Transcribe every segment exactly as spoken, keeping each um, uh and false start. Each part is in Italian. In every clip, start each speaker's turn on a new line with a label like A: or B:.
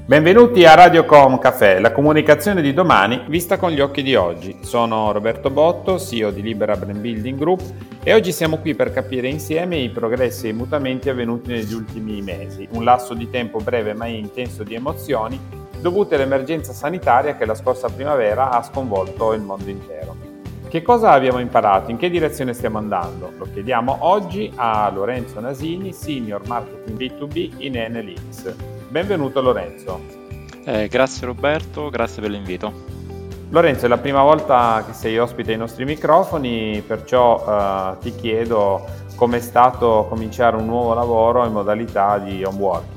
A: Benvenuti a Radiocom Café, la comunicazione di domani vista con gli occhi di oggi. Sono Roberto Botto, C E O di Libera Brand Building Group e oggi siamo qui per capire insieme i progressi e i mutamenti avvenuti negli ultimi mesi, un lasso di tempo breve ma intenso di emozioni dovute all'emergenza sanitaria che la scorsa primavera ha sconvolto il mondo intero. Che cosa abbiamo imparato? In che direzione stiamo andando? Lo chiediamo oggi a Lorenzo Nasini, Senior Marketing B due B in Enel X. Benvenuto Lorenzo.
B: Eh, grazie Roberto, grazie per l'invito.
A: Lorenzo, è la prima volta che sei ospite ai nostri microfoni, perciò eh, ti chiedo com'è stato cominciare un nuovo lavoro in modalità di home working.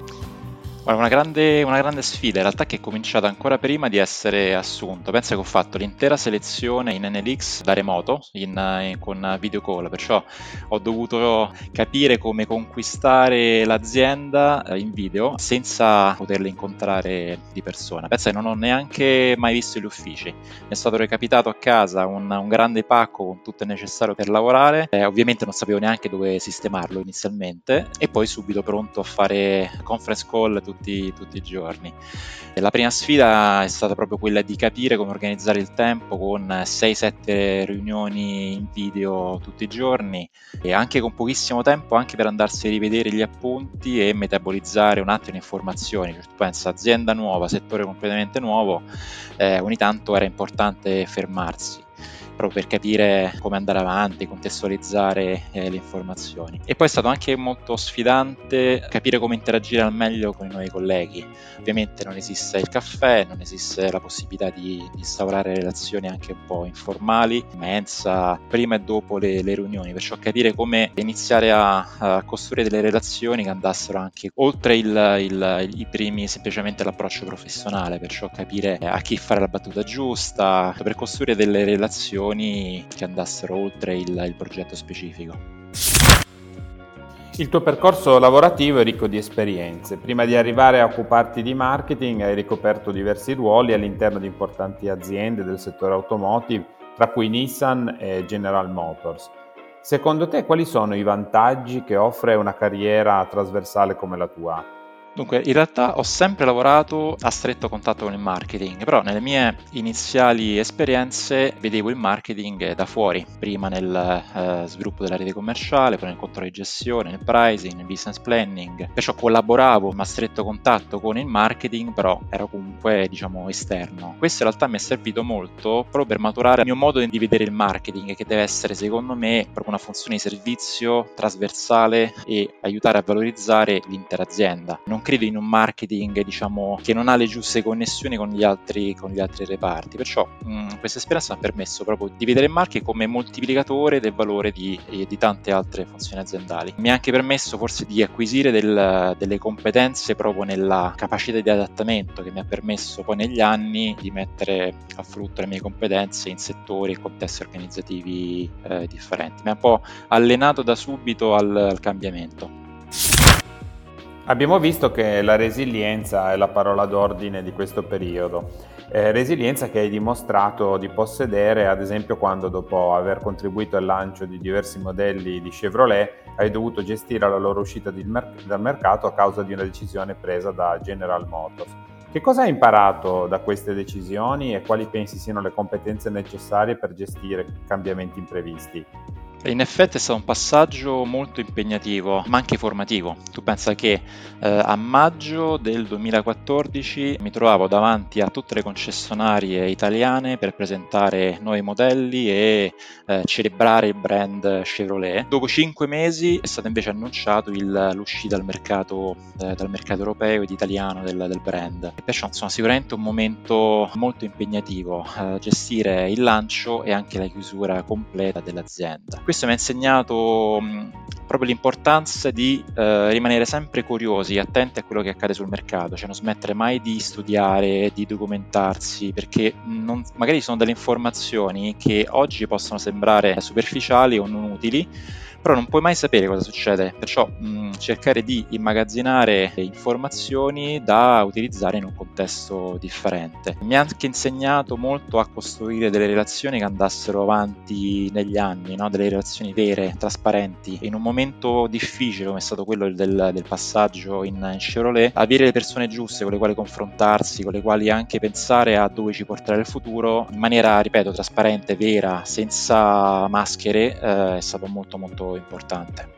B: Una grande, una grande sfida, in realtà, che è cominciata ancora prima di essere assunto. Pensa che ho fatto l'intera selezione in Enel X da remoto, in, in, con video call, perciò ho dovuto capire come conquistare l'azienda in video senza poterla incontrare di persona. Pensa che non ho neanche mai visto gli uffici, mi è stato recapitato a casa un, un grande pacco con tutto il necessario per lavorare, eh, ovviamente non sapevo neanche dove sistemarlo inizialmente, e poi subito pronto a fare conference call tutti Tutti, tutti i giorni. La prima sfida è stata proprio quella di capire come organizzare il tempo con sei sette riunioni in video tutti i giorni e anche con pochissimo tempo anche per andarsi a rivedere gli appunti e metabolizzare un attimo le informazioni. Cioè, tu pensa, azienda nuova, settore completamente nuovo, eh, ogni tanto era importante fermarsi proprio per capire come andare avanti, contestualizzare eh, le informazioni. E poi è stato anche molto sfidante capire come interagire al meglio con i nuovi colleghi. Ovviamente non esiste il caffè, non esiste la possibilità di, di instaurare relazioni anche un po' informali, mensa, prima e dopo le, le riunioni, perciò capire come iniziare a, a costruire delle relazioni che andassero anche oltre il, il, i primi, semplicemente l'approccio professionale, perciò capire a chi fare la battuta giusta, per costruire delle relazioni che andassero oltre il, il progetto specifico.
A: Il tuo percorso lavorativo è ricco di esperienze. Prima di arrivare a occuparti di marketing hai ricoperto diversi ruoli all'interno di importanti aziende del settore automotive, tra cui Nissan e General Motors. Secondo te quali sono i vantaggi che offre una carriera trasversale come la tua?
B: Dunque, in realtà ho sempre lavorato a stretto contatto con il marketing, però nelle mie iniziali esperienze vedevo il marketing da fuori, prima nel eh, sviluppo della rete commerciale, poi nel controllo di gestione, nel pricing, nel business planning, perciò collaboravo a stretto contatto con il marketing, però ero comunque, diciamo, esterno. Questo in realtà mi è servito molto proprio per maturare il mio modo di vedere il marketing, che deve essere, secondo me, proprio una funzione di servizio trasversale e aiutare a valorizzare l'intera azienda. Non credo in un marketing, diciamo, che non ha le giuste connessioni con gli altri, con gli altri reparti, perciò mh, questa esperienza mi ha permesso proprio di vedere il marketing come moltiplicatore del valore di, di tante altre funzioni aziendali. Mi ha anche permesso forse di acquisire del, delle competenze proprio nella capacità di adattamento, che mi ha permesso poi negli anni di mettere a frutto le mie competenze in settori e contesti organizzativi eh, differenti. Mi ha un po' allenato da subito al, al cambiamento.
A: Abbiamo visto che la resilienza è la parola d'ordine di questo periodo, eh, resilienza che hai dimostrato di possedere, ad esempio quando, dopo aver contribuito al lancio di diversi modelli di Chevrolet, hai dovuto gestire la loro uscita dal mercato a causa di una decisione presa da General Motors. Che cosa hai imparato da queste decisioni e quali pensi siano le competenze necessarie per gestire cambiamenti imprevisti?
B: In effetti è stato un passaggio molto impegnativo, ma anche formativo. Tu pensa che eh, a maggio del duemilaquattordici mi trovavo davanti a tutte le concessionarie italiane per presentare nuovi modelli e eh, celebrare il brand Chevrolet. Dopo cinque mesi è stato invece annunciato il, l'uscita al mercato, eh, dal mercato europeo ed italiano del, del brand. E perciò, insomma, sicuramente un momento molto impegnativo, eh, gestire il lancio e anche la chiusura completa dell'azienda. Questo mi ha insegnato mh, proprio l'importanza di eh, rimanere sempre curiosi, attenti a quello che accade sul mercato, cioè non smettere mai di studiare, di documentarsi, perché non, magari ci sono delle informazioni che oggi possono sembrare superficiali o non utili, però non puoi mai sapere cosa succede, perciò mh, cercare di immagazzinare informazioni da utilizzare in un contesto differente. Mi ha anche insegnato molto a costruire delle relazioni che andassero avanti negli anni, no? Delle relazioni vere, trasparenti. In un momento difficile come è stato quello del, del passaggio in, in Chevrolet, avere le persone giuste con le quali confrontarsi, con le quali anche pensare a dove ci porterà il futuro in maniera, ripeto, trasparente, vera, senza maschere, eh, è stato molto molto importante.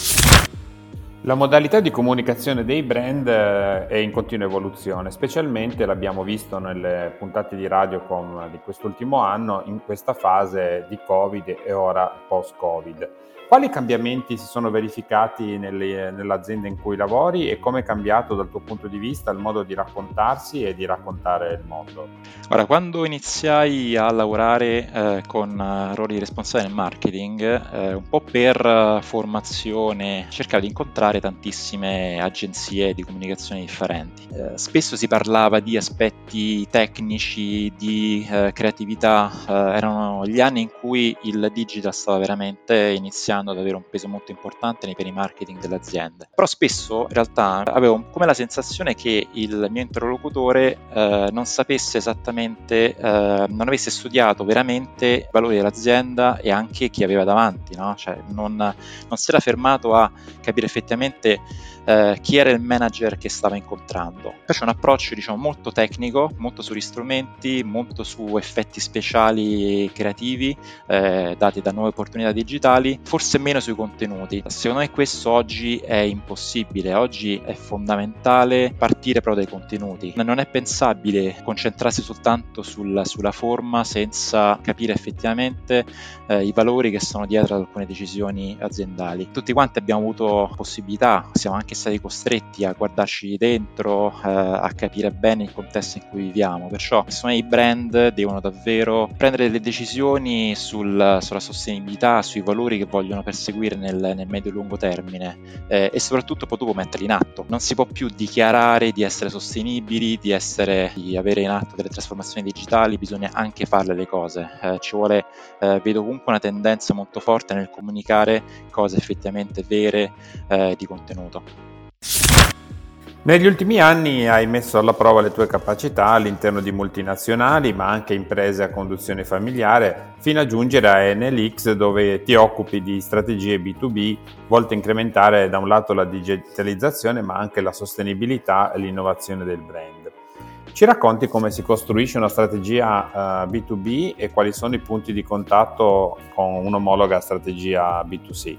A: La modalità di comunicazione dei brand è in continua evoluzione, specialmente l'abbiamo visto nelle puntate di Radiocom di quest'ultimo anno, in questa fase di Covid e ora post-Covid. Quali cambiamenti si sono verificati nelle, nell'azienda in cui lavori e come è cambiato dal tuo punto di vista il modo di raccontarsi e di raccontare il mondo?
B: Ora, quando iniziai a lavorare eh, con uh, ruoli responsabili nel marketing, eh, un po' per uh, formazione, cercavo di incontrare tantissime agenzie di comunicazione differenti. Eh, spesso si parlava di aspetti tecnici, di uh, creatività, uh, erano gli anni in cui il digital stava veramente iniziando ad avere un peso molto importante nei piani marketing delle aziende. Però spesso in realtà avevo come la sensazione che il mio interlocutore eh, non sapesse esattamente, eh, non avesse studiato veramente i valori dell'azienda e anche chi aveva davanti, no? Cioè non, non si era fermato a capire effettivamente eh, chi era il manager che stava incontrando. Poi c'è un approccio, diciamo, molto tecnico, molto sugli strumenti, molto su effetti speciali creativi eh, dati da nuove opportunità digitali, forse meno sui contenuti. Secondo me questo oggi è impossibile, oggi è fondamentale partire proprio dai contenuti. Non è pensabile concentrarsi soltanto sul, sulla forma senza capire effettivamente eh, i valori che sono dietro ad alcune decisioni aziendali. Tutti quanti abbiamo avuto possibilità, siamo anche stati costretti a guardarci dentro, eh, a capire bene il contesto in cui viviamo, perciò secondo me i brand devono davvero prendere delle decisioni sul, sulla sostenibilità, sui valori che vogliono perseguire nel, nel medio-lungo termine eh, e soprattutto poi dopo metterli in atto. Non si può più dichiarare di essere sostenibili, di, essere, di avere in atto delle trasformazioni digitali, bisogna anche farle le cose. Eh, ci vuole, eh, vedo comunque una tendenza molto forte nel comunicare cose effettivamente vere eh, di contenuto.
A: Negli ultimi anni hai messo alla prova le tue capacità all'interno di multinazionali, ma anche imprese a conduzione familiare, fino a giungere a Enel X, dove ti occupi di strategie B due B volte a incrementare da un lato la digitalizzazione, ma anche la sostenibilità e l'innovazione del brand. Ci racconti come si costruisce una strategia uh, B due B e quali sono i punti di contatto con un'omologa strategia B due C?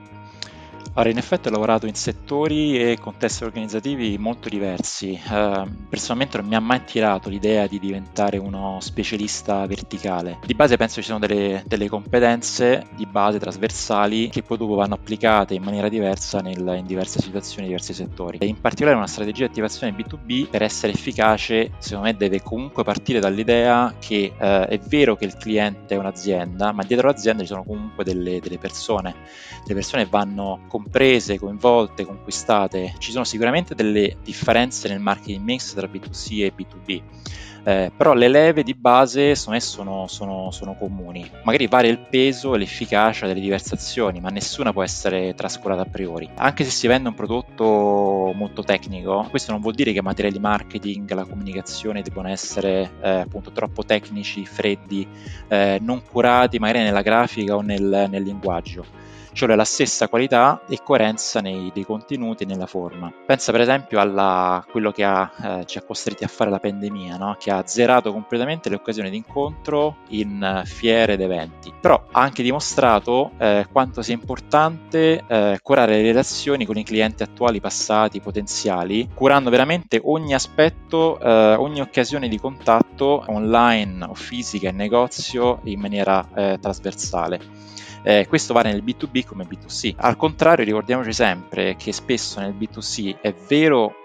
B: Allora, in effetti ho lavorato in settori e contesti organizzativi molto diversi. Eh, personalmente non mi ha mai attirato l'idea di diventare uno specialista verticale. Di base penso ci sono delle, delle competenze di base trasversali che poi dopo vanno applicate in maniera diversa nel, in diverse situazioni, diversi settori. E in particolare una strategia di attivazione B due B, per essere efficace, secondo me deve comunque partire dall'idea che eh, è vero che il cliente è un'azienda, ma dietro l'azienda ci sono comunque delle, delle persone. Le persone vanno comprese, coinvolte, conquistate. Ci sono sicuramente delle differenze nel marketing mix tra B due C e B due B, eh, però le leve di base sono, sono, sono, sono comuni. Magari varia il peso e l'efficacia delle diverse azioni, ma nessuna può essere trascurata a priori. Anche se si vende un prodotto molto tecnico, questo non vuol dire che i materiali marketing, la comunicazione debbano essere eh, appunto troppo tecnici, freddi, eh, non curati magari nella grafica o nel, nel linguaggio. Cioè la stessa qualità e coerenza nei, nei contenuti e nella forma. Pensa per esempio a quello che ha, eh, ci ha costretti a fare la pandemia, no? Che ha azzerato completamente le occasioni di incontro in uh, fiere ed eventi, però ha anche dimostrato eh, quanto sia importante eh, curare le relazioni con i clienti attuali, passati, potenziali, curando veramente ogni aspetto, eh, ogni occasione di contatto online o fisica in negozio in maniera eh, trasversale. Eh, questo vale nel B due B come B due C. Al contrario, ricordiamoci sempre che spesso nel B due C è vero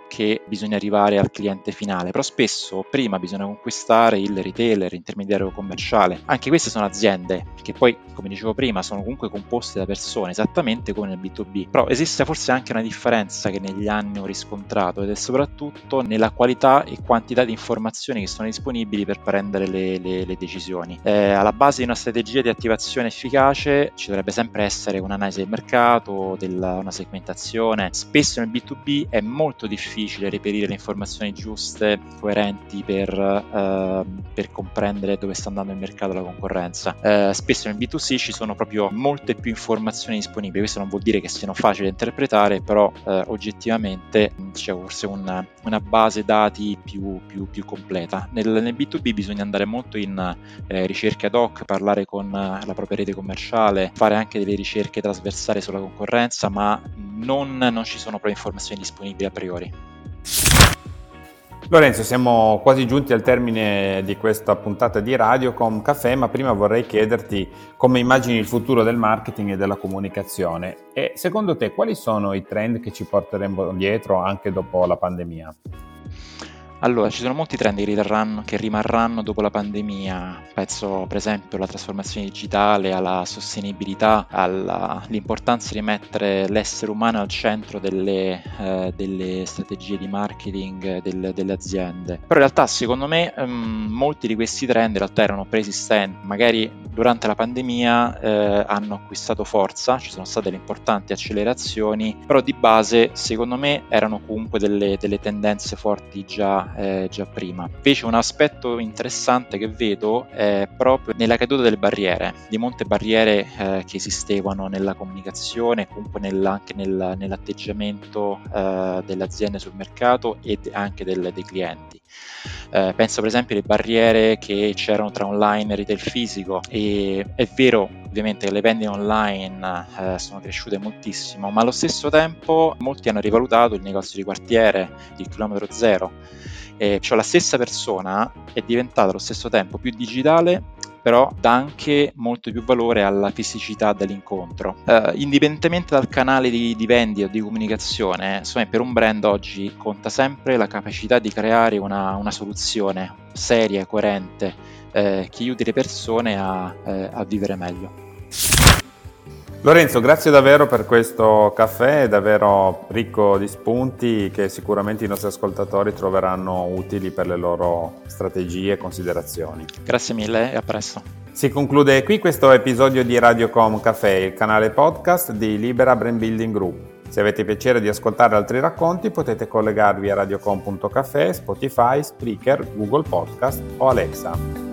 B: che bisogna arrivare al cliente finale, però spesso prima bisogna conquistare il retailer, intermediario commerciale. Anche queste sono aziende che poi, come dicevo prima, sono comunque composte da persone, esattamente come nel B due B, però esiste forse anche una differenza che negli anni ho riscontrato, ed è soprattutto nella qualità e quantità di informazioni che sono disponibili per prendere le, le, le decisioni. Eh, alla base di una strategia di attivazione efficace ci dovrebbe sempre essere un'analisi del mercato, della, una segmentazione. Spesso nel B due B è molto difficile reperire le informazioni giuste, coerenti per, eh, per comprendere dove sta andando il mercato e la concorrenza. Eh, spesso nel B due C ci sono proprio molte più informazioni disponibili. Questo non vuol dire che siano facili da interpretare, però eh, oggettivamente c'è forse una, una base dati più, più, più completa. Nel, nel B due B bisogna andare molto in eh, ricerche ad hoc, parlare con la propria rete commerciale, fare anche delle ricerche trasversali sulla concorrenza, ma non, non ci sono proprio informazioni disponibili a priori.
A: Lorenzo, siamo quasi giunti al termine di questa puntata di Radiocom Café, ma prima vorrei chiederti come immagini il futuro del marketing e della comunicazione e secondo te quali sono i trend che ci porteremo dietro anche dopo la pandemia?
B: Allora, ci sono molti trend che rimarranno, che rimarranno dopo la pandemia. Penso per esempio alla trasformazione digitale, alla sostenibilità, all'importanza di mettere l'essere umano al centro delle, eh, delle strategie di marketing del, delle aziende. Però in realtà secondo me um, molti di questi trend in realtà erano preesistenti, magari durante la pandemia eh, hanno acquistato forza, ci sono state delle importanti accelerazioni, però di base secondo me erano comunque delle, delle tendenze forti già Eh, già prima. Invece un aspetto interessante che vedo è proprio nella caduta delle barriere, di molte barriere eh, che esistevano nella comunicazione, comunque nella, anche nel, nell'atteggiamento eh, delle aziende sul mercato e anche del, dei clienti. Eh, penso per esempio alle barriere che c'erano tra online e retail fisico, e è vero ovviamente che le vendite online eh, sono cresciute moltissimo, ma allo stesso tempo molti hanno rivalutato il negozio di quartiere, il chilometro zero, eh, cioè la stessa persona è diventata allo stesso tempo più digitale, però dà anche molto più valore alla fisicità dell'incontro. Uh, indipendentemente dal canale di, di vendita o di comunicazione, insomma, per un brand oggi conta sempre la capacità di creare una, una soluzione seria, coerente, eh, che aiuti le persone a, eh, a vivere meglio.
A: Lorenzo, grazie davvero per questo caffè, davvero ricco di spunti che sicuramente i nostri ascoltatori troveranno utili per le loro strategie e considerazioni.
B: Grazie mille e a presto.
A: Si conclude qui questo episodio di Radiocom Café, il canale podcast di Libera Brand Building Group. Se avete piacere di ascoltare altri racconti potete collegarvi a radiocom punto café, Spotify, Spreaker, Google Podcast o Alexa.